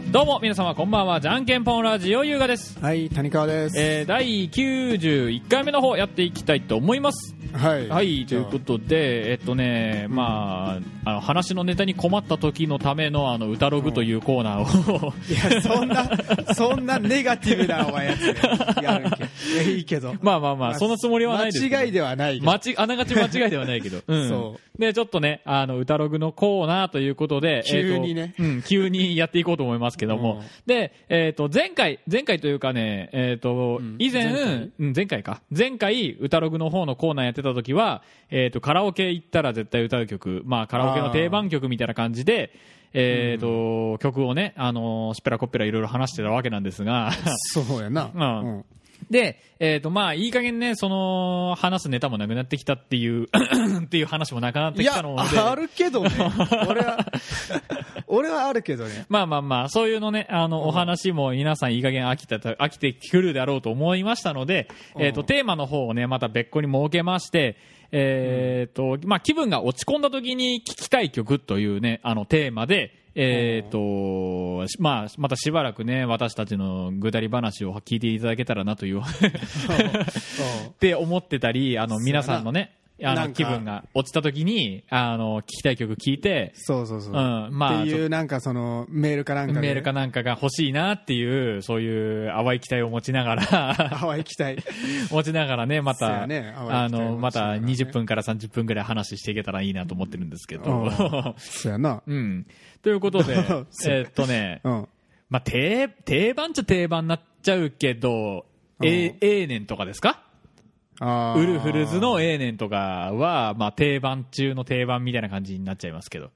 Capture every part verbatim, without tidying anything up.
どうも皆様こんばんは。じゃんけんぽんラジオ優雅です。 はい、谷川です。 えー、だいきゅうじゅういっかいめの方やっていきたいと思います。 はい、 はい、ということで、えっとね、うん、まあ、あの話のネタに困った時のためのあの歌ログというコーナーを、うん、 いやそんなそんなネガティブなお前やつやるけどいいけど、 まあまあまあそのつもりはないですけど、 間違いではないけど、 間違あながち間違いではないけど、うん、そうでちょっとねあの歌ログのコーナーということで急にね、 えーとうん、急にやっていこうと思いますけども、うん、でえっ、ー、と前回前回というかねえっ、ー、と、うん、以前前回、うん、前回か前回歌ログの方のコーナーやってた時はえっ、ー、とカラオケ行ったら絶対歌う曲、まあカラオケの定番曲みたいな感じでえーとうん、曲をね、あのー、スペラコッペラいろいろ話してたわけなんですがそうやな、 うんうん、で、えーとまあ、いい加減ねその話すネタもなくなってきたっていうっていう話もなくなってきたので、 いやあるけどね俺は俺はあるけどね、 まあまあまあそういうのねあの、うん、お話も皆さんいい加減飽きた飽きてくるだろうと思いましたので、うん、えーとテーマの方をねまた別個に設けましてえーとまあ、気分が落ち込んだ時に聴きたい曲というねあのテーマで、えーとまあ、またしばらくね私たちのぐだり話を聞いていただけたらなというって思ってたりあの皆さんのねあの気分が落ちた時にあの聴きたい曲聴いてそうそうそう、 うんまあ、 っていうなんかそのメールかなんかでメールかなんかが欲しいなっていうそういう淡い期待を持ちながら淡い期待持ちながらねまたねあのまたにじゅっぷんからさんじゅっぷんぐらい話していけたらいいなと思ってるんですけどそうやな、 うん、ということでえっとね、うんまあ、定, 定番っちゃ定番になっちゃうけど、うん、ええ年とかですかあウルフルズの A 年とかは、まあ、定番中の定番みたいな感じになっちゃいますけど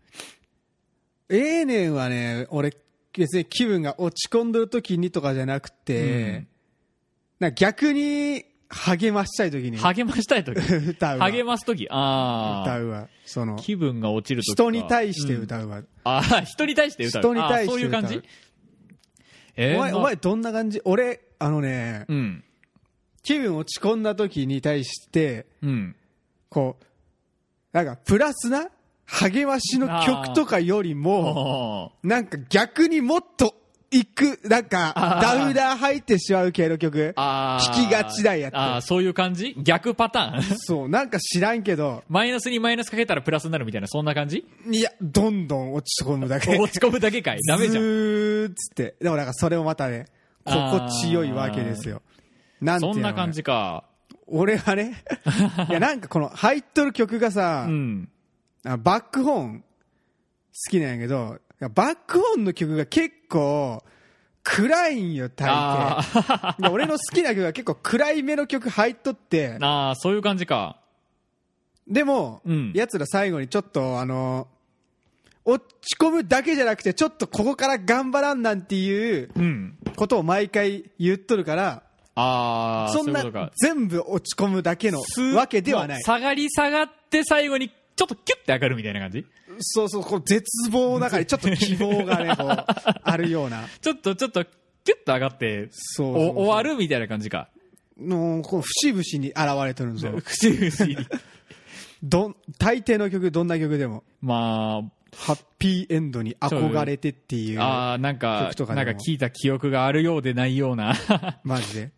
A 年はね俺別に気分が落ち込んでる時にとかじゃなくて、うん、なんか逆に励ましたい時に励ましたい時歌うわ励ます時あ歌うわその気分が落ちる時人に対して歌うわ、うん、 あ人に対して歌う人に対して歌うそういう感じ、 えー、お前、ま、お前どんな感じ俺あのね、 うん気分落ち込んだ時に対して、 うん、 こうなんかプラスな励ましの曲とかよりもなんか逆にもっといくなんかダウダー入ってしまう系の曲聴きがちだやって。 あそういう感じ逆パターンそうなんか知らんけどマイナスにマイナスかけたらプラスになるみたいなそんな感じ。 いやどんどん落ち込むだけ落ち込むだけかいダメじゃんずーっつってでもなんかそれもまたね心地よいわけですよ。なんていうのそんな感じか。 俺はねいやなんかこの入っとる曲がさ、 うん、 バックホーン好きなんやけどバックホーンの曲が結構暗いんよ大抵俺の好きな曲が結構暗いめの曲入っとってああそういう感じか。 でも、うん、やつら最後にちょっとあの落ち込むだけじゃなくてちょっとここから頑張らんなんていうことを毎回言っとるから、 あそんな全部落ち込むだけのわけではない。 下がり下がって最後にちょっとキュッて上がるみたいな感じ。 そうそうこう絶望の中にちょっと希望がねこうあるようなちょっとちょっとキュッと上がってそうそうそう終わるみたいな感じかのこの節々に現れてるんですよ節々にど大抵の曲どんな曲でもまあハッピーエンドに憧れてっていう曲とかでもあなんかなんか聞いた記憶があるようでないようなマジで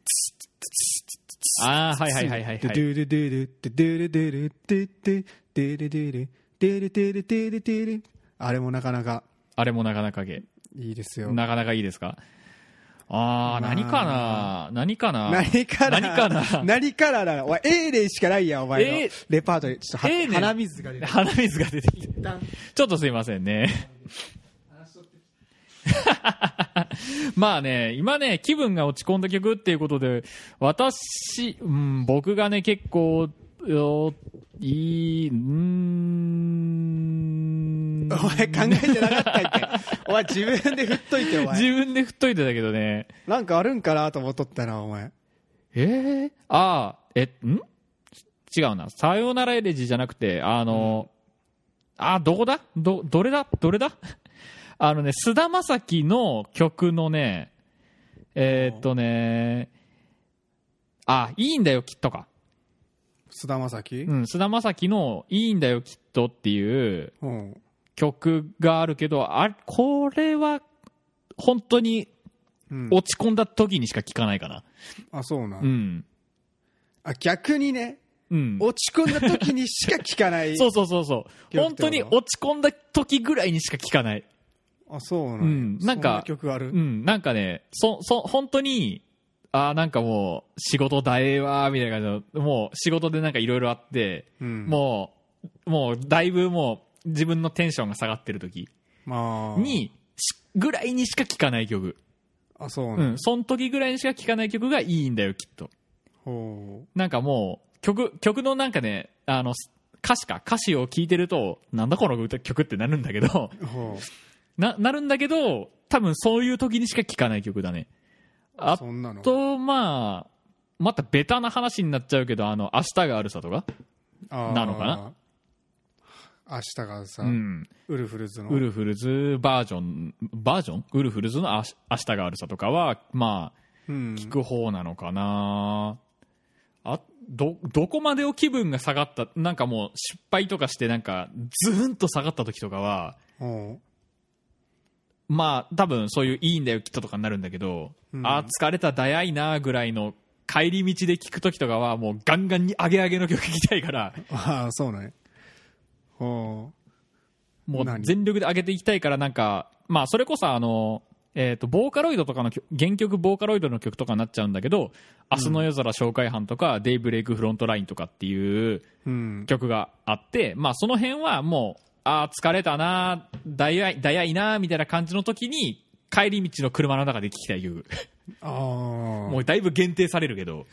ああはいはいはいはいはいあれもなかなかあれもなかなかげいいですよ。 なかなかいいですか。ああ、まあ、何かな何かな何かな何かな何かなお前 A 例しかないやんお前のレパートリーちょっと A 鼻水が出てきた鼻水が出てきたちょっとすいませんねまあね今ね気分が落ち込んだ曲っていうことで私、うん、僕がね結構いいうーんお前考えてなかったっけお前自分で振っといてお前自分で振っといてたけどねなんかあるんかなと思っとったなお前えー、ああえん違うなさよならエレジじゃなくてあの、うん、あどこだどどれだどれだあのね菅田将暉の曲のねえー、っとねあいいんだよきっとか菅田将暉うん菅田将暉のいいんだよきっとっていう曲があるけどあこれは本当にうん落ち込んだ時にしか聞かないかな。 あ、そうな、 うん。 あ、逆にね、 うん。 落ち込んだ時にしか聞かないそうそうそうそう。 曲ってこと本当に落ち込んだ時ぐらいにしか聞かない。 あ、そうな、 うんなんかそんな曲ある、 うん。なんかね、そ、そ、本当に、あーなんかもう、仕事だえーわーみたいな感じの、もう仕事でなんかいろいろあって、 うんもう、もうだいぶもう自分のテンションが下がってる時まあ、 に、しぐらいにしか聴かない曲。 あ、そうな、 うん。その時ぐらいにしか聴かない曲がいいんだよ、きっと。 ほなんかもう、曲、曲のなんかね、あの、歌詞か、歌詞を聴いてると、なんだこの歌曲ってなるんだけど、 うほうな、なるんだけど、多分そういう時にしか聴かない曲だね。あそんなのと、まあ、またベタな話になっちゃうけど、あの、明日があるさとか、 あーなのかな明日がさ、 うん。 ウルフルズのウルフルズバージョン、バージョンウルフルズのあし明日があるさとかは、まあ、 うん聞く方なのかな。あ、ど、どこまでを気分が下がった、なんかもう失敗とかしてなんか、ズーンと下がった時とかは、 ほまあ、多分そういういいんだよきっととかになるんだけど、 うんあ、疲れただやいなぐらいの帰り道で聞く時とかはもうガンガンに上げ上げの曲聴きたいから、 うああそうなんやほもう何全力で上げていきたいからなんか、まあそれこそあの、えっと、ボーカロイドとかの曲、原曲ボーカロイドの曲とかになっちゃうんだけど、明日の夜空紹介班とか、デイブレイクフロントラインとかっていうううん曲があって、まあその辺はもう、ああ、疲れたな、だやい、だやいな、みたいな感じの時に、帰り道の車の中で聴きたい曲。 ああもうだいぶ限定されるけど。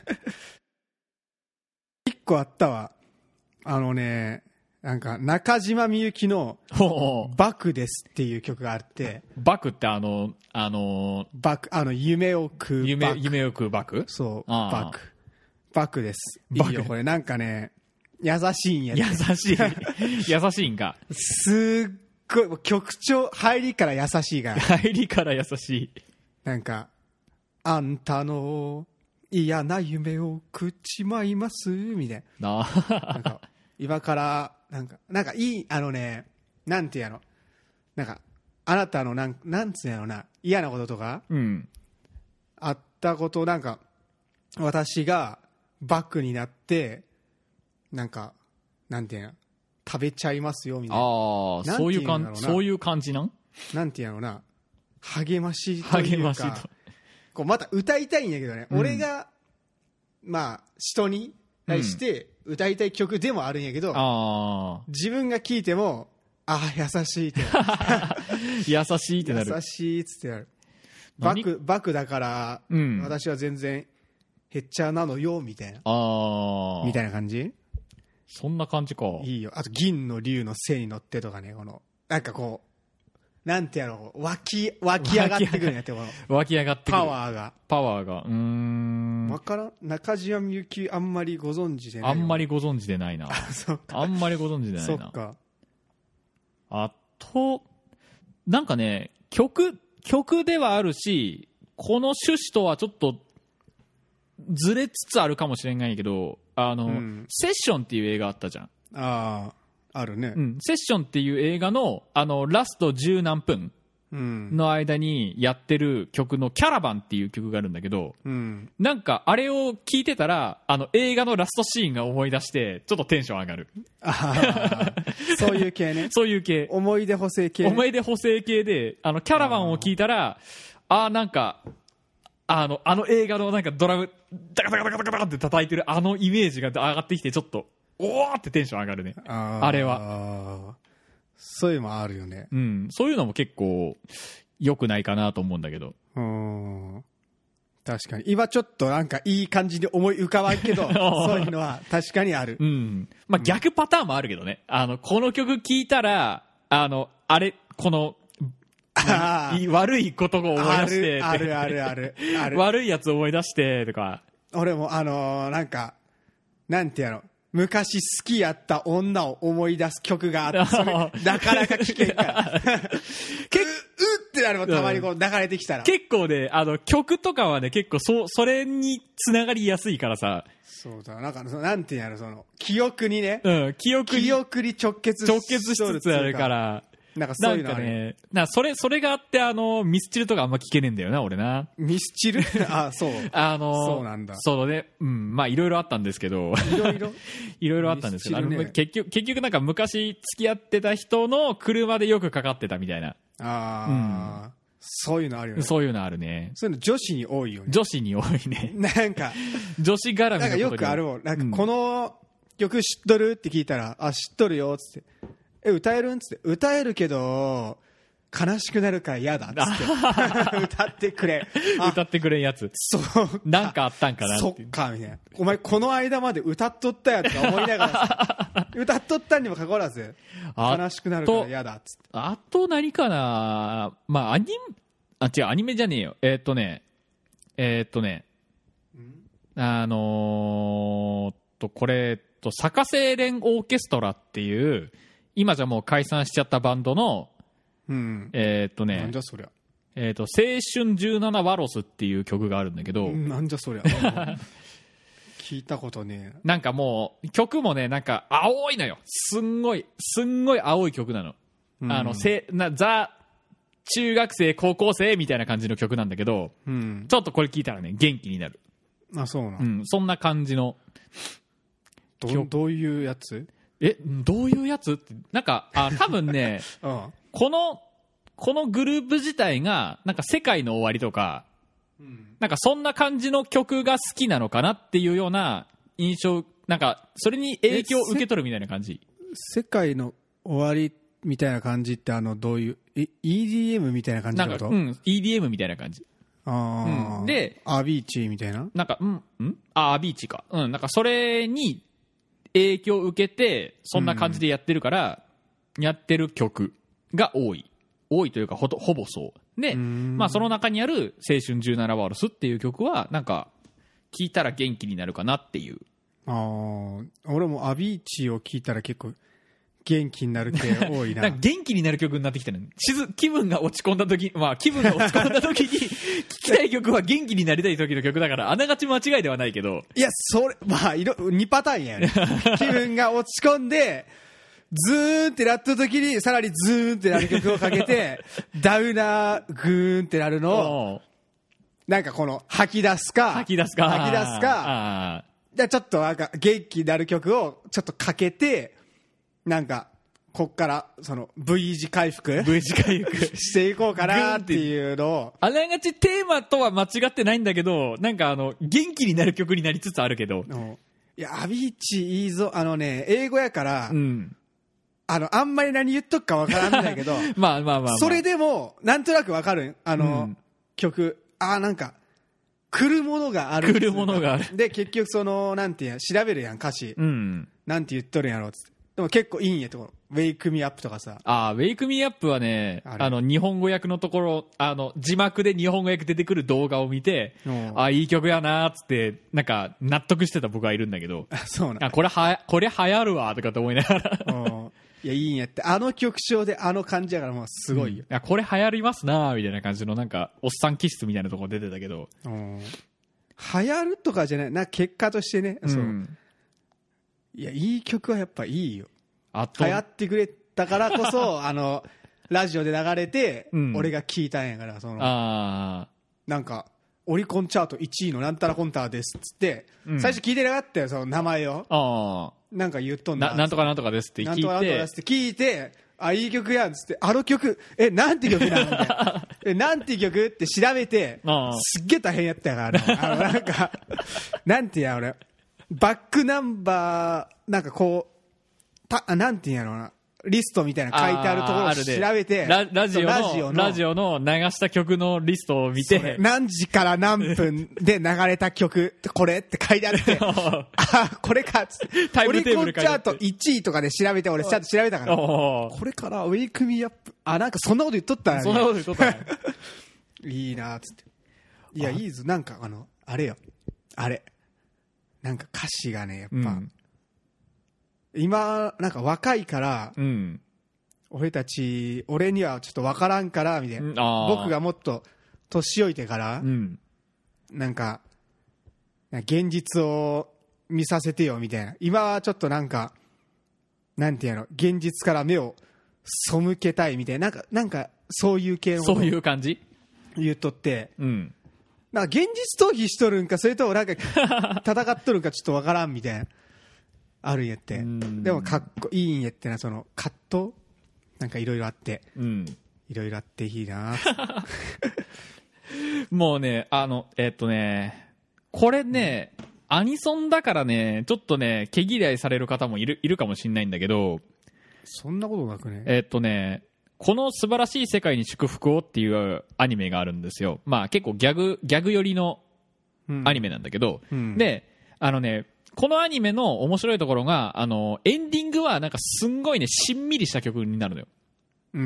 一個あったわあのねなんか中島みゆきのほ 「バクです」っていう曲があってうバクってあの、あの、 バクあの夢を食うバ夢、 ク夢を食うバクそうああバクバクですいバクいよこれなんかね優しいんや優つしい。優しいんか。 すっごいもう曲調入りから優しいから入りから優しい。 なんかあんたの嫌な夢を食っちまいますみたいなななんか今からなんかなんかいいあのねなんていうのなんかあなたのなんなんつうんやろな嫌なこととかうん。 あったことなんか私がバックになってなんかなんていうの食べちゃいますよみたいなああ、 なんそういうていうんだろうな感じ、そういう感じなんなんていうのな励ましというか励ましと。 こうまた歌いたいんやけどね、 うん俺がまあ人に対して歌いたい曲でもあるんやけど、 ああ、 自分が聴いてもああ優しいってな優しいってなる優る。 しいっつってなるバ何クバクだから、 うん私は全然へっちゃなのよみたいなああ。 みたいな感じそんな感じか。 いいよあと銀の竜の背に乗ってとかねこのなんかこうなんてやろう湧き湧き上がってくるんやってこの湧き上がってくる。 パワーがパワーが。うーん。 わからん中島みゆきあんまりご存知でないあんまりご存知でないな。 そっかあんまりご存知でないな。 そっかあと、なんかね、曲、曲ではあるし、この趣旨とはちょっとずれつつあるかもしれないけど、あの、 うんセッションっていう映画あったじゃん。 あああるねうん。セッションっていう映画の、あの、ラスト十何分うんの間にやってる曲のキャラバンっていう曲があるんだけど、 うんなんかあれを聞いてたら、あの映画のラストシーンが思い出して、ちょっとテンション上がる。 あーそういう系ねそういう系。 思い出補正系ね思い出補正系で、あの、キャラバンを聞いたら、ああ、なんか、あの、あの映画のなんかドラム、ダカダカダカダカって叩いてるあのイメージが上がってきて、ちょっと、おーってテンション上がるね。 あーあれは。 そういうのもあるよねうん。そういうのも結構、良くないかなと思うんだけど。 うん確かに今ちょっとなんかいい感じで思い浮かばんけどそういうのは確かにあるうん。まあ、逆パターンもあるけどね。あの、この曲聴いたら、あの、あれ、この、 あーい悪いことを思いあ出して、 るあるあるあるある悪いやつ思い出して、とか。 俺もあのーなんかなんてやろ昔好きやった女を思い出す曲があってそれなかなか聞けんから結構うってなるもんたまにこう流れてきたら結構ね、あの、曲とかはね、結構そう、それにつながりやすいからさ、 そうだなんかそのなんていうんやろその記憶にねうん、記憶に記憶に直結直結しつつあるから、 なんかそういうのある。 なんかね、なんかそれ、それがあって、あの、ミスチルとかあんま聞けねえんだよな、俺な。 ミスチルあ、そう。 あの、 そうなんだ。 そうね。うん。まあ、いろいろあったんですけど。 いろいろいろいろあったんですけど、 ね、 あの結局、結局なんか昔付き合ってた人の車でよくかかってたみたいな。 ああ、うん、そういうのあるよね。 そういうのあるね。 そういうの女子に多いよね。 女子に多いね。 なんか、 女子絡みのことなんかよくあるもん。なんかこの曲知っとるって聞いたら、あ、知っとるよ、つって。え、歌えるんつって。歌えるけど、悲しくなるから嫌だっつって歌ってくれ歌ってくれんやつそうなんかあったんかなってそっかみたいなお前この間まで歌っとったやつと思いながら歌っとったにもかかわらず悲しくなるから嫌だっつってあと何かなまあアニメあ違うアニメじゃねえよえー、っとねえー、っとねあのー、っとこれとサカセレンオーケストラっていう今じゃもう解散しちゃったバンドのうん、 えー、っとねなんじゃそりゃ、 えー、っと青春じゅうななワロスっていう曲があるんだけど、 なんじゃそりゃ聞いたことねえなんかもう曲もねなんか青いのよすんごいすんごい青い曲なの、うん、あのせなザ中学生高校生みたいな感じの曲なんだけど、うん、ちょっとこれ聞いたらね元気になるあそうな、 うん、そんな感じのど, どういうやつえどういうやつってなんかあ多分ね、うん、このこのグループ自体がなんか世界の終わりとか、うん、なんかそんな感じの曲が好きなのかなっていうような印象なんかそれに影響を受け取るみたいな感じ世界の終わりみたいな感じってあのどういうえ イーディーエム みたいな感じってことなんか、うん、イーディーエム みたいな感じあ、うん、でアビーチみたいななんかうんうんあアビーチかうんなんかそれに影響を受けてそんな感じでやってるから、うん、やってる曲が多い多いというかほとほぼそうで、まあ、その中にある「青春じゅうななワロス」っていう曲はなんか聴いたら元気になるかなっていうあ俺もアビーチを聴いたら結構元気になる系多い な, なんか元気になる曲になってきたの気分が落ち込んだ時まあ気分が落ち込んだ時に聴きたい曲は元気になりたい時の曲だからあながち間違いではないけどいやそれまあいろにパターンやね気分が落ち込んでズーンってなった時にさらにズーンってなる曲をかけてダウナーグーンってなるのをなんかこの吐き出すか吐き出すか吐き出すかじゃあちょっとなんか元気になる曲をちょっとかけてなんかこっからその V 字回復 V 字回復していこうかなっていうのをあながちテーマとは間違ってないんだけどなんかあの元気になる曲になりつつあるけどいやアビーチいいぞあのね英語やから、 うん、 あのあんまり何言っとくかわからんだけどまあまあまあ、まあ、 それでもなんとなくわかるあの、うん、曲あなんか来るものがある来るものがあるで結局そのなんていうや調べるやん歌詞、 うん、 なんて言っとるんやろうっつってでも結構いいんやところウェイクミーアップとかさあウェイクミーアップはねあの日本語訳のところあの字幕で日本語訳出てくる動画を見てあいい曲やなーっつってなんか納得してた僕はいるんだけどそうなんあこれはこれ流行るわとかと思いながらいやいいんやってあの曲調であの感じやからもうすごいよ、 うん、いやこれ流行りますなーみたいな感じのなんかおっさん気質みたいなところ出てたけど流行るとかじゃないな結果としてね、うん、そういやいい曲はやっぱいいよあ流行ってくれたからこそあのラジオで流れて、うん、俺が聞いたんやからそのあなんかオリコンチャートいちいのなんたらコンターですっつって、うん、最初聞いてなかったよその名前をあなんか言っとんだななんとかなんとかですって聞いてなんとかなんとかですって聞いてあいい曲やんっつってあの曲えなんて曲なんだえなんて曲って調べてすっげえ大変やったからあのなんかなんてや俺バックナンバーなんかこうたなんていうんやろうなリストみたいな書いてあるところを調べてラ, ラ, ジオのラジオのラジオの流した曲のリストを見て何時から何分で流れた曲これって書いてあってあこれかっつってタイムテーブルオリコンチャートいちいとかで調べて俺ちゃんと調べたからこれからウェイクミーアップあなんかそんなこと言っとったねそんなこと言っとったねいいなっつっていやいいぞなんかあのあれよあれなんか歌詞がねやっぱ、うん今なんか若いから、うん、俺たち俺にはちょっと分からんからみたいな、うん、僕がもっと年老いてから、うん、なんか現実を見させてよみたいな今はちょっとなんかなんていうの現実から目を背けたいみたいな、なんか、なんか、そういう系のことをそういう感じ言うとって、 うん。 なんか現実逃避しとるんか、それともなんか、戦っとるんかちょっとわからんみたいな、あるんやって。でもかっこいいんやってな、その、葛藤なんかいろいろあって、うん。いろいろあっていいなもうね、あの、えー、っとね、これね、うん、アニソンだからね、ちょっとね、毛嫌いされる方もいる、いるかもしれないんだけど、 そんなことなくね。 えー、っとね、この素晴らしい世界に祝福をっていうアニメがあるんですよ。まあ結構ギャグ、ギャグ寄りのアニメなんだけど、うん、で、あのね、このアニメの面白いところが、あの、エンディングはなんかすんごいね、しんみりした曲になるのよ。 うん。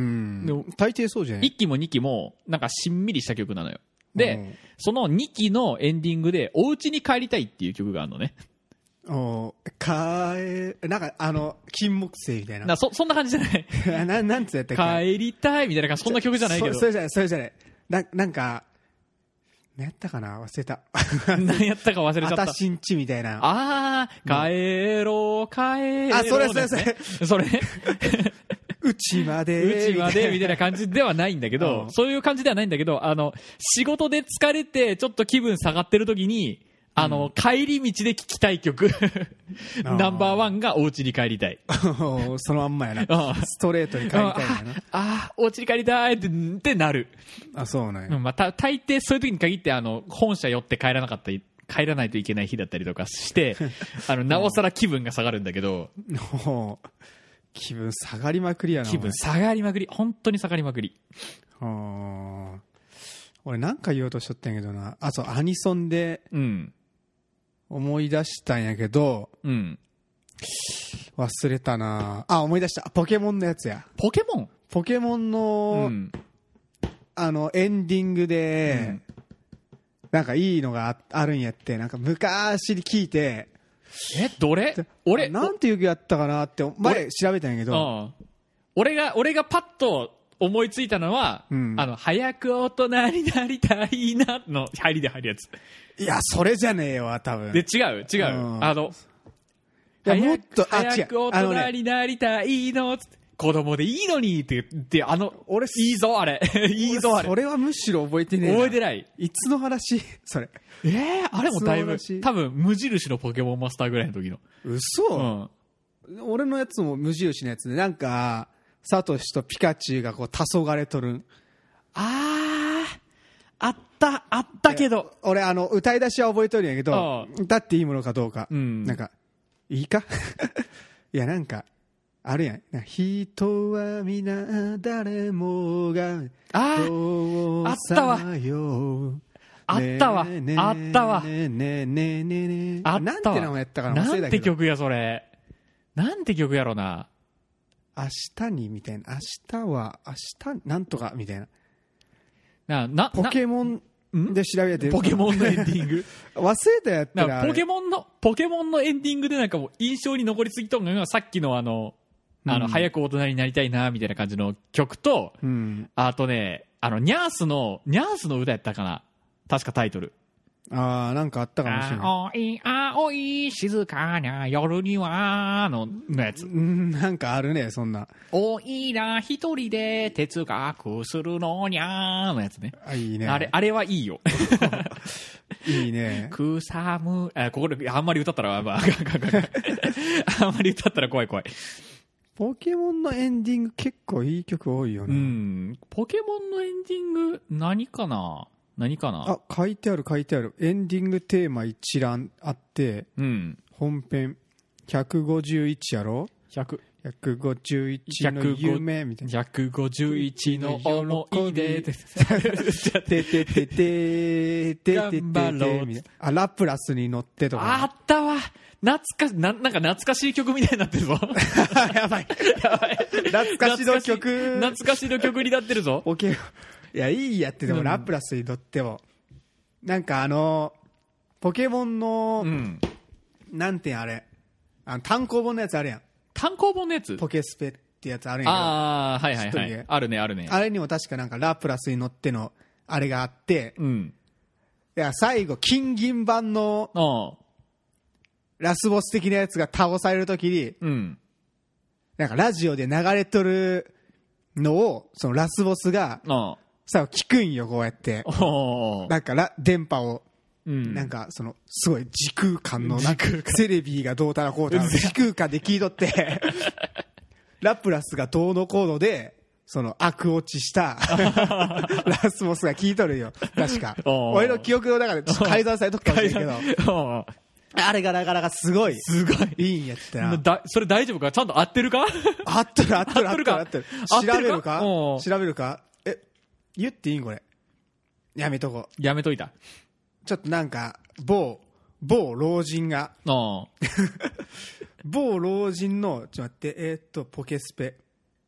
でも大抵そうじゃない？ いっきもにきもなんかしんみりした曲なのよ。で、うん、そのにきのエンディングで、お家に帰りたいっていう曲があるのね。 おかえ、なんかあの、金木犀みたいな。 なそ、そんな感じじゃないな、なんつやったっけ帰りたいみたいな感じ、そんな曲じゃないけど。 そ、それじゃない、それじゃない。な、なんか、何やったかな忘れた。 何やったか忘れちゃった。 あたしんちみたいな。 あー、帰ろう、帰ろう、ね。 あ、それそれそれ。 それうちまで。 うちまで、みたいな感じではないんだけど、そういう感じではないんだけど、あの、仕事で疲れて、ちょっと気分下がってる時に、あの、うん、帰り道で聴きたい曲ナンバーワンがお家に帰りたいそのまんまやなストレートに帰りたいなああお家に帰りたいってってなるあそうなんや、 うんまあ、た大抵そういう時に限ってあの本社寄って帰らなかったり帰らないといけない日だったりとかしてあのなおさら気分が下がるんだけど気分下がりまくりやな気分下がりまくり本当に下がりまくりあ俺なんか言おうとしとったんやけどなあそうアニソンで、うん思い出したんやけど、うん、忘れたなあ思い出したポケモンのやつやポケモンポケモンの、うん、あのエンディングで、うん、なんかいいのが あ, あるんやってなんか昔に聞いてえどれ俺なんていう曲やったかなって前調べたんやけど俺が俺がパッと思いついたのは、うん、あの早く大人になりたいなの入りで入るやついやそれじゃねえわ多分で違う違う、うん、あのいやもっと早く大人になりたいのつって、ね、子供でいいのにって言ってあの俺いいぞあれいいぞあれそれはむしろ覚えてねえな覚えてないいつの話それえー、あれもだいぶ多分無印のポケモンマスターぐらいの時の嘘、うん、俺のやつも無印のやつでなんかサトシとピカチュウがこう黄昏れとるあーあったあったけど俺あの歌い出しは覚えとるんやけど歌っていいものかどうか、うん、なんかいいかいやなんかあるやん人は皆誰もがああったわあったわあったわねねねねねあったわなんて名前やったかななんて曲やそれなんて曲やろな明日にみたいな明日は明日なんとかみたいなななポケモンで調べてポケモンのエンディング忘れたやったらポケモンのポケモンのエンディングでなんかもう印象に残りすぎとんがさっきのあの、うん、あの早く大人になりたいなみたいな感じの曲と、うん、あとねあのニャースのニャースの歌やったかな確かタイトルああなんかあったかもしれない青い青い静かな夜にはののやつなんかあるねそんなおいら一人で哲学するのにゃーのやつねあいいねあれあれはいいよいいね草むあここであんまり歌ったら、まあ、あんまり歌ったら怖い怖いポケモンのエンディング結構いい曲多いよねうんポケモンのエンディング何かな何かなあ書いてある書いてあるエンディングテーマ一覧あって、うん、本編ひゃくごじゅういちやろひゃくごじゅういちの夢みたいなひゃくごじゅういちの思い出てててててて頑張ろうあラプラスに乗ってとかあったわ懐かななんか懐かしい曲みたいになってるぞやばいやばい懐かしの曲懐かしの曲になってるぞオッケーいやいいやってでもラプラスに乗っても、うん、なんかあのポケモンの、うん、なんてんあれあの単行本のやつあるやん単行本のやつポケスペってやつあるやんああはいはいはいあるねあるねあれにも確かなんかラプラスに乗ってのあれがあって、うん、いや最後金銀版のラスボス的なやつが倒されるときに、うん、なんかラジオで流れとるのをそのラスボスがさ聞くんよ、こうやってなんかラ電波を、うん、なんかそのすごい時空間のなんかテレビがどうたらこうたら時空間で聞いとってラプラスがどうのこうのでその悪落ちしたラスボスが聞いとるよ確か俺の記憶の中でちょっと改ざんされとくかもしれんけどあれがなかなかすごいすごいいいんやってな。 だそれ大丈夫か、ちゃんと合ってるか合ってる合ってる合ってる合ってる調べるか調べるかえ言っていいんこれやめとこうやめといた。 ちょっとなんか某某老人が某老人のちょっと待ってえー、っとポケスペ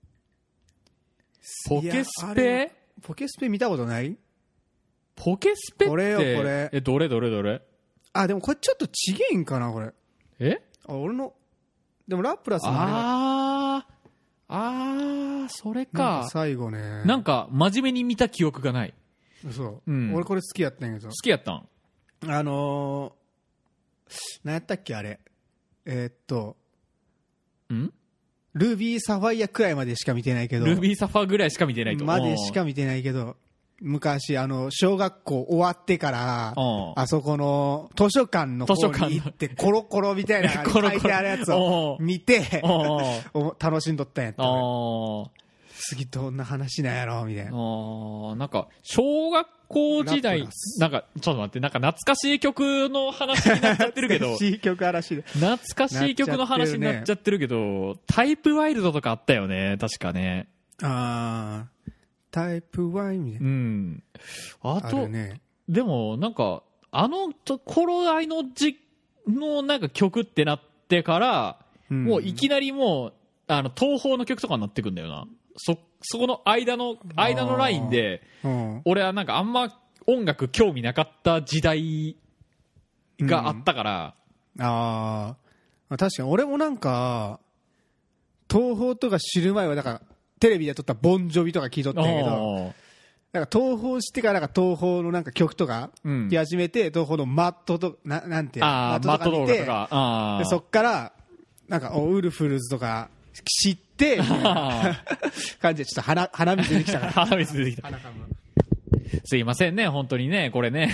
ポケスペポケスペ見たことない？ ポケスペってこれよこれえどれどれどれあでもこれちょっとちげえんかなこれえあ俺のでもラプラスのあれあーあーそれかなんか最後ねなんか真面目に見た記憶がないそう、うん、俺これ好きやったんやけど好きやったんあのー、何やったっけあれえー、っとんルビーサファイアくらいまでしか見てないけどルビーサファーぐらいしか見てないとまでしか見てないけど昔あの小学校終わってからあそこの図書館の方に行ってコロコロみたいなのが書いてあるやつを見て楽しんどったんやった次どんな話なんやろみたいなあなんか小学校時代なんかちょっと待ってなんか懐かしい曲の話になっちゃってるけど懐かしい曲嵐で懐かしい曲の話になっちゃってるけどタイプワイルドとかあったよね確かねああタイプワイみたいなうんあとあねでもなんかあの頃合いのじのなんか曲ってなってから、うん、もういきなりもうあの東宝の曲とかになってくんだよなそそこの間の間のラインで、うん、俺はなんかあんま音楽興味なかった時代があったから、 うん、ああ確かに俺もなんか東宝とか知る前はだからテレビで撮ったボンジョビとか聞いとったんやけどなんか東宝してからなんか東宝のなんか曲とか聴き始めて、うん、東宝のマットとななんていうのマットとか見てでそっからなんかウルフルズとか知ってみたいな感じでちょっと 鼻, 鼻水出てきたから鼻水出てきたすいませんね本当にねこれね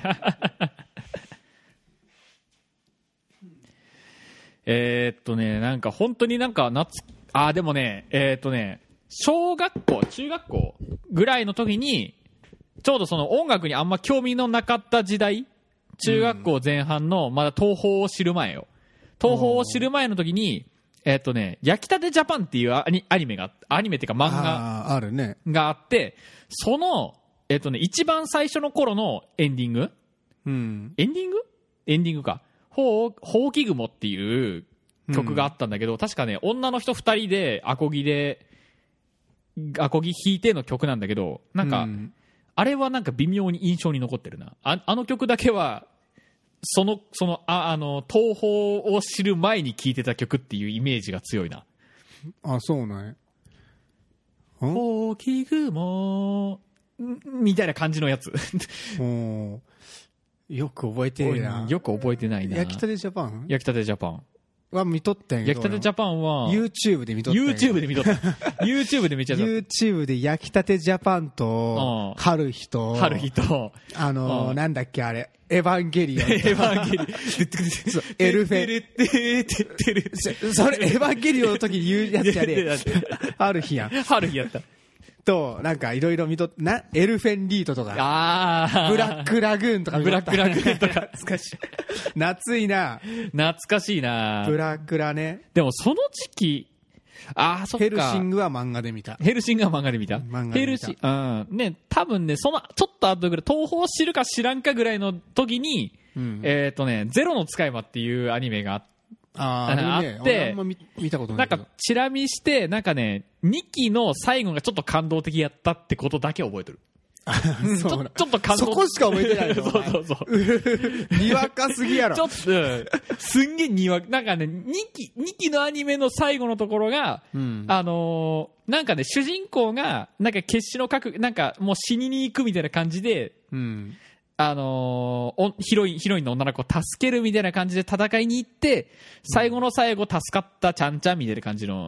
えっとねなんか本当になんか夏あでもねえー、っとね小学校中学校ぐらいの時にちょうどその音楽にあんま興味のなかった時代中学校前半のまだ東宝を知る前よ東宝を知る前の時にえっとね、焼きたてジャパンっていうアニ、アニメが、アニメっていうか漫画あるねがあって、その、えっとね、一番最初の頃のエンディング、 うん、 エンディングエンディングか。ほう、ほうき雲っていう曲があったんだけど、うん、確かね、女の人二人でアコギで、アコギ弾いての曲なんだけど、なんか、うん、あれはなんか微妙に印象に残ってるな。あ、あの曲だけは、その、その、あ、あの、東宝を知る前に聴いてた曲っていうイメージが強いな。 あ、そうなんや。 大きくも、みたいな感じのやつ。 およく覚えてるな。 よく覚えてないな。 焼きたてジャパン焼きたてジャパン。 は見とったんやけど。 焼きたてジャパンは、 YouTube で見とったんや。 YouTube で見とった。YouTube で見ちゃった。 YouTube で焼きたてジャパンと、春日と、 春日と、 あのー、なんだっけあれ、エヴァンゲリオン。 エヴァンゲリオン。 エルフェ。それ、エヴァンゲリオンの時に言うやつやで。春日やん。 春日やった。 と、なんかいろいろ見と、な、エルフェンリートとか、 あブラックラグーンとか見とった。 ブラックラグーンとか。 懐かしい。夏いな。 懐かしいな。 ブラックラね。 でもその時期、ああ、そっか。 ヘルシングは漫画で見た。 ヘルシングは漫画で見た。 漫画で見た。 ヘルシング、うん。ね、多分ね、その、ちょっと後ぐらい、東宝知るか知らんかぐらいの時に、うん、えっ、ー、とね、ゼロの使い魔っていうアニメがあって、 あ, あ, ね、あってあんま 見, 見たことないなんかチラ見してなんかねにきの最後がちょっと感動的やったってことだけ覚えてるちょ, ちょっと感動そこしか覚えてないのそうそうそうにわかすぎやろちょっとすんげえにわかなんかねにきにきのアニメの最後のところが、うん、あのー、なんかね主人公がなんか決死の覚なんかもう死にに行くみたいな感じで、 うんあのー、ヒロイン、ヒロインの女の子を助けるみたいな感じで戦いに行って、最後の最後助かったちゃんちゃんみたいな感じの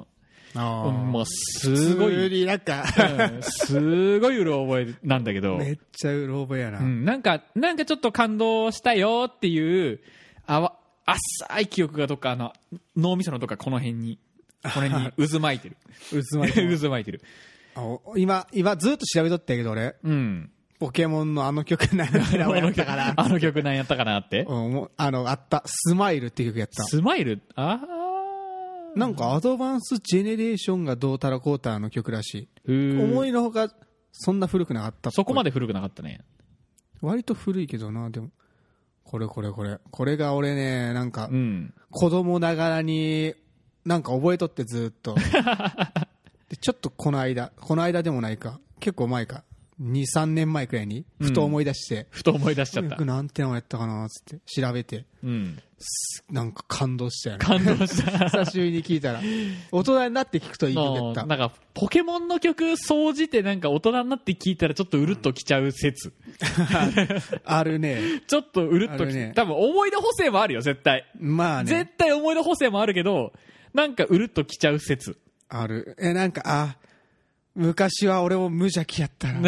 あうん、もうすごいなんか、 うん、すごいうろ覚えなんだけどめっちゃうろ覚えやな、 うん、なんかなんかちょっと感動したよっていうあわ浅い記憶がどっかあの脳みそのどっかこの辺にこの辺に渦巻いてる渦巻いてる渦巻いてるあ今今ずっと調べとったけど俺、 うん、 ポケモンのあの曲何やったかなあの曲何やったかなって、 うん、もうあのあったスマイルっていう曲やった。 スマイル、ああ、 なんかアドバンスジェネレーションがどうたらこうたらの曲らしい。思いのほかそんな古くなかったっぽい。 そこまで古くなかったね。 割と古いけどな。でもこれこれこれこれが俺ね、なんか、 うん、 子供ながらになんか覚えとってずっとでちょっとこの間この間でもないか、結構前か、にさんねんまえくらいにふと思い出して、うん、 ふと思い出しちゃった。 なんてのやったかなっつって調べて、 うん、 なんか感動したよね。 感動した久しぶりに聞いたら大人になって聞くといい曲やった。 なんかポケモンの曲総じてなんか大人になって聞いたらちょっとうるっときちゃう説あるね。 ちょっとうるっとき、ね、多分思い出補正もあるよ絶対。 まあね、 絶対思い出補正もあるけど、なんかうるっときちゃう説ある。えなんかあ昔は俺も無邪気やったな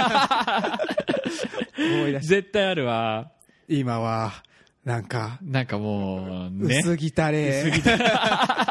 思い出し絶対あるわ。 今はなんかなんかもうね、 薄汚れ薄汚れ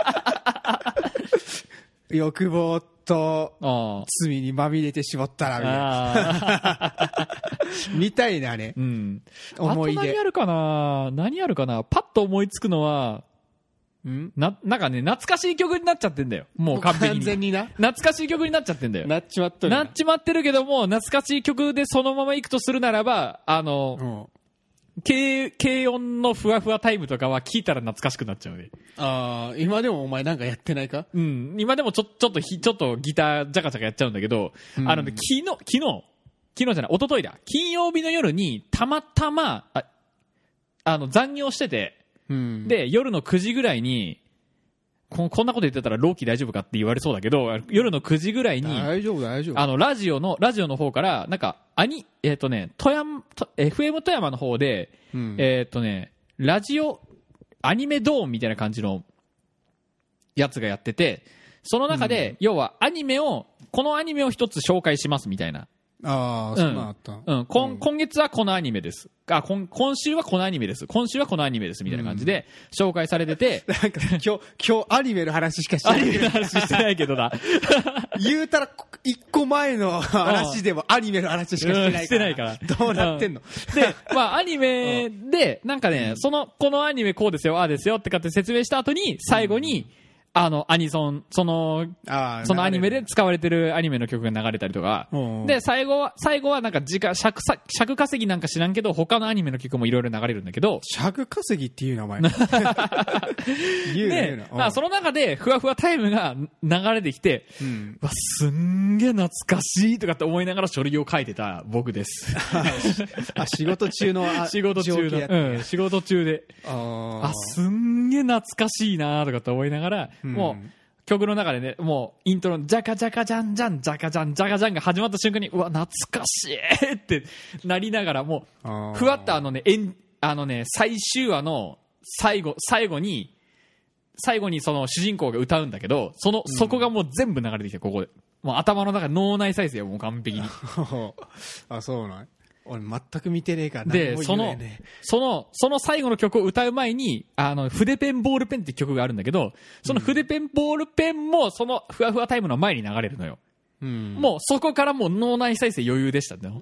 欲望と罪にまみれてしまったらみたいなみたいなね、 うん、 思い出。 あと何あるかな何あるかなパッと思いつくのはんな, なんかね懐かしい曲になっちゃってんだよ。もう完璧に完全にな懐かしい曲になっちゃってんだよ。 なっちまっとるなっちまってるけども、懐かしい曲でそのままいくとするならば、あの、うん、軽, 軽音のふわふわタイムとかは聞いたら懐かしくなっちゃうね。 ああ、今でもお前なんかやってないか？ うん、今でもちょちょっとひちょっとギタージャカジャカやっちゃうんだけど、うん、あのね、昨日昨日昨日じゃない一昨日だ金曜日の夜にたまたまああの残業してて、うん、で夜のくじぐらいにこ, こんなこと言ってたら朗希大丈夫かって言われそうだけど、夜のくじぐらいに大丈夫大丈夫、 あのラジオのラジオの方からなんかアニえっ、ー、とね富山 エフエム 富山の方で、うん、えっ、ー、とねラジオアニメドーンみたいな感じのやつがやってて、その中で、うん、要はアニメをこのアニメを一つ紹介しますみたいな。 ああ、そんなあった。 うん、今、うん、今月はこのアニメです。あ、今、今週はこのアニメです。今週はこのアニメです。みたいな感じで紹介されてて。 うん、なんか今日、今日アニメの話しかしてない。 アニメの話してないけどな。 言うたら、一個前の話でもアニメの話しかしてないから。 してないから。 どうなってんの、 うん、で、まあアニメで、なんかね、その、このアニメこうですよ、ああですよってかって説明した後に、最後に、うん、あのアニソンそのそのアニメで使われてるアニメの曲が流れたりとかで、最後は最後はなんか時間 尺, 尺稼ぎなんか知らんけど他のアニメの曲もいろいろ流れるんだけど、 尺稼ぎっていう名前言うね。で、まあ、その中でふわふわタイムが流れてきて、うん、わすんげえ懐かしいとかって思いながら書類を書いてた僕ですあ仕事中の仕事中の、うん、仕事中であすんげえ懐かしいなとかって思いながら、うん、もう曲の中でね、もうイントロジャカジャカジャンジャンジャカジャンジャカジャンが始まった瞬間に、うわ懐かしいってなりながら、もうふわっとあのね、えんあのね最終話の最後最後に最後にその主人公が歌うんだけど、その、うん、そこがもう全部流れてきて、ここでもう頭の中脳内再生もう完璧にあそうなん俺全く見てねえから。 でそのそのその最後の曲を歌う前にあの筆ペンボールペンって曲があるんだけど、その筆ペンボールペンもそのふわふわタイムの前に流れるのよ。うん、もうそこからもう脳内再生余裕でしたね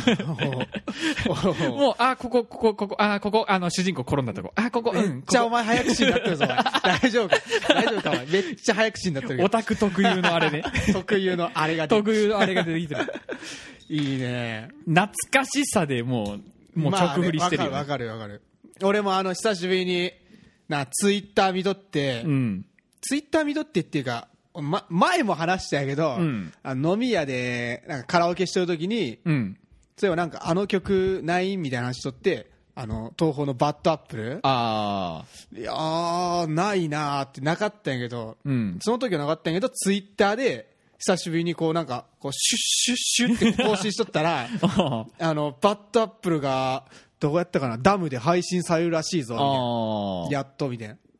もうあここここここあここあの主人公転んだとこあここめっちゃお前早口になってるぞ大丈夫か大丈夫かお前めっちゃ早口になってる。 オタク特有のあれね特有のあれが特有のあれが出てきてるいいね。 懐かしさでもうもう直振りしてるよ、ね。 わ、まあね、かるわかるわかる。俺もあの久しぶりになツイッター見とって、うん、ツイッター見とってっていうか、ま、前も話したんやけど、うん、あの飲み屋でなんかカラオケしてる時に、うん、そういえばなんかあの曲ないみたいな話しとって、あの東宝のバッドアップル、 あいやーないなーってなかったんやけど、うん、その時はなかったんやけどツイッターで久しぶりにこうなんかこうシュッシュッシュッって更新しとったらあのバッドアップルがどうやったかな、ダムで配信されるらしいぞみたいな、やっとみたいな、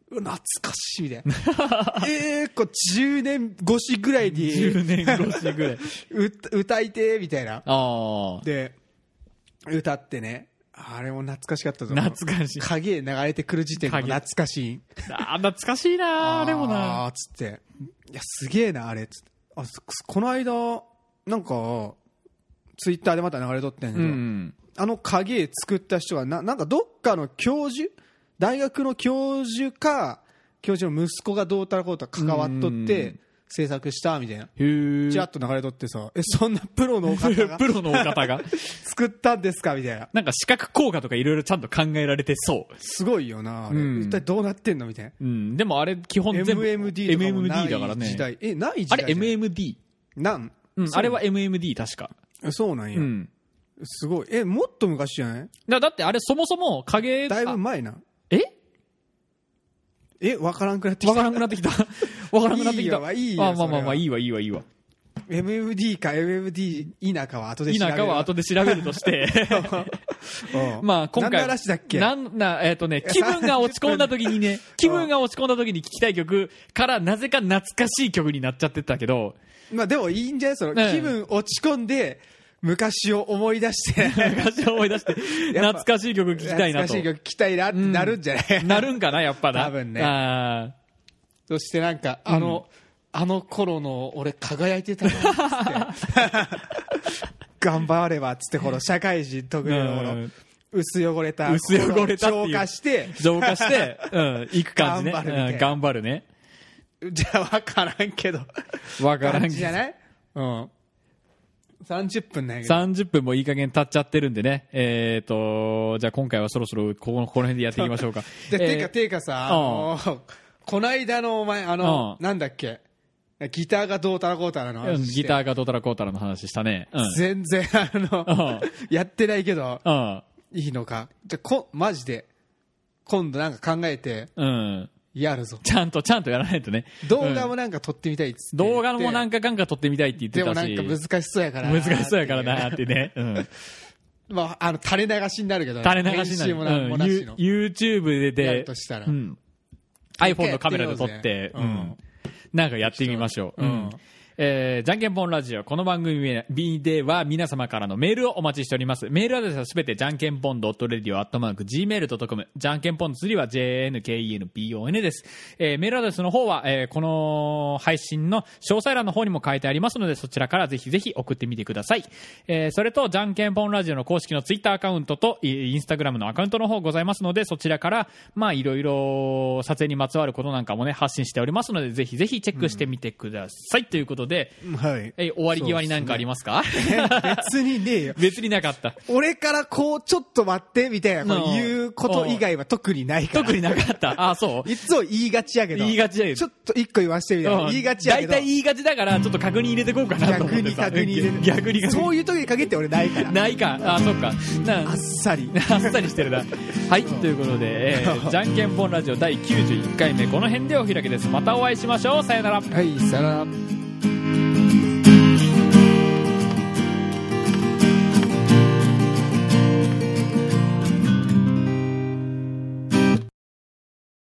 懐かしいみたいなえーこうじゅうねん越しぐらいにじゅうねん越しぐらい歌, 歌いてーみたいなあで歌ってね、あれも懐かしかったぞ。 懐かしい影流れてくる時点でも懐かしい。 あ懐かしいなあれもなあつっていやすげえなあれつってあこの間なんかツイッターでまた流れとってんけど、うん、あの影作った人が な, なんかどっかの教授大学の教授か教授の息子がどうたらこうたら関わっとって制作したみたいなチラッと流れとってさえそんなプロのお方がプロのお方が作ったんですかみたいななんか視覚効果とかいろいろちゃんと考えられてそうすごいよなあれ、うん、一体どうなってんのみたいな、 うん、でもあれ基本全部エムエムディー とかもないエムエムディー だからね時代えない時代あれ エムエムディーなん、 うん、あれは エムエムディー 確かそうなんや、うん、すごいえもっと昔じゃないだだってあれそもそも影だいぶ前なええ分からんくなってきた分からんくなってきた分からんくなってきたいいわいいわまあまあまあいいわいいわいいわエムエムディー か エムエムディー 田舎は後で調べる田舎は後で調べるとしてまあ今回何の話だっけなんなえっ、ー、とね気分が落ち込んだ時にね気分が落ち込んだ時に聴きたい曲からなぜか懐かしい曲になっちゃってたけどまあでもいいんじゃないその、ね、気分落ち込んで昔を思い出して昔を思い出して懐かしい曲聴きたいなと懐かしい曲聴きたいなってなるんじゃない、 うん、なるんかなやっぱな多分ねあそしてなんかあの、うん、あの頃の俺輝いてたなっつって頑張ればっつってこの社会人特有のこの薄汚れた薄汚れたっていう浄化して浄化してうん行く感じね頑張るみたいな、 うん、頑張るねじゃあ分からんけど分からんけどじゃないうんさんじゅっぷんなんやけどさんじゅっぷんもいい加減経っちゃってるんでねえっ、ー、とじゃあ今回はそろそろここのこの辺でやっていきましょうかで、えー、ていうかていうかさあのー、こないだのお前あのなんだっけギターがどうたらこうたらの話して、うん、 ギターがどうたらこうたらの話したね、うん、 全然あのやってないけどいいのかじゃこマジで今度なんか考えてうんやるぞちゃんとちゃんとやらないとね動画もなんか撮ってみたいっつって、 うん、動画もなんかかんか撮ってみたいって言ってたしでもなんか難しそうやから難しそうやからなってね、うんまあ、あの垂れ流しになるけど垂れ流しになる、 もなんもなしの、 うん、YouTube でやるとしたら、うん、 iPhone のカメラで撮って、うん、なんかやってみましょう、うんうんえー、じゃんけんぽんラジオこの番組では皆様からのメールをお待ちしております。メールアドレスはすべてじゃんけんぽん .radio アットマーク ジーメール ドットコム じゃんけんぽんの次は ジェーエヌケーイーエヌポン です、えー、メールアドレスの方は、えー、この配信の詳細欄の方にも書いてありますのでそちらからぜひぜひ送ってみてください、えー、それとじゃんけんぽんラジオの公式のツイッターアカウントとインスタグラムのアカウントの方ございますのでそちらからまあいろいろ撮影にまつわることなんかもね発信しておりますのでぜひぜひチェックしてみてください、うん、ということで、 はいえ終わり際に何かありますか？ 別にねえよ。 別になかった。 俺からこうちょっと待ってみたいなこういうこと以外は特にないから。 特になかった。あ、そう。 いつも言いがちやけど。 言いがちやけど。 ちょっと一個言わせてみたいな。言いがちやけど。 大体言いがちだからちょっと確認入れてこうかなと思ってさ。 逆に確認入れて。 逆にそういう時に限って俺ないから。 ないか。あ、そっか。 あっさり。 あっさりしてるな。はい。ということで、えー、じゃんけんぽんラジオだいきゅうじゅういっかいめこの辺でお開きです。またお会いしましょう。さよなら。 はい、さよなら。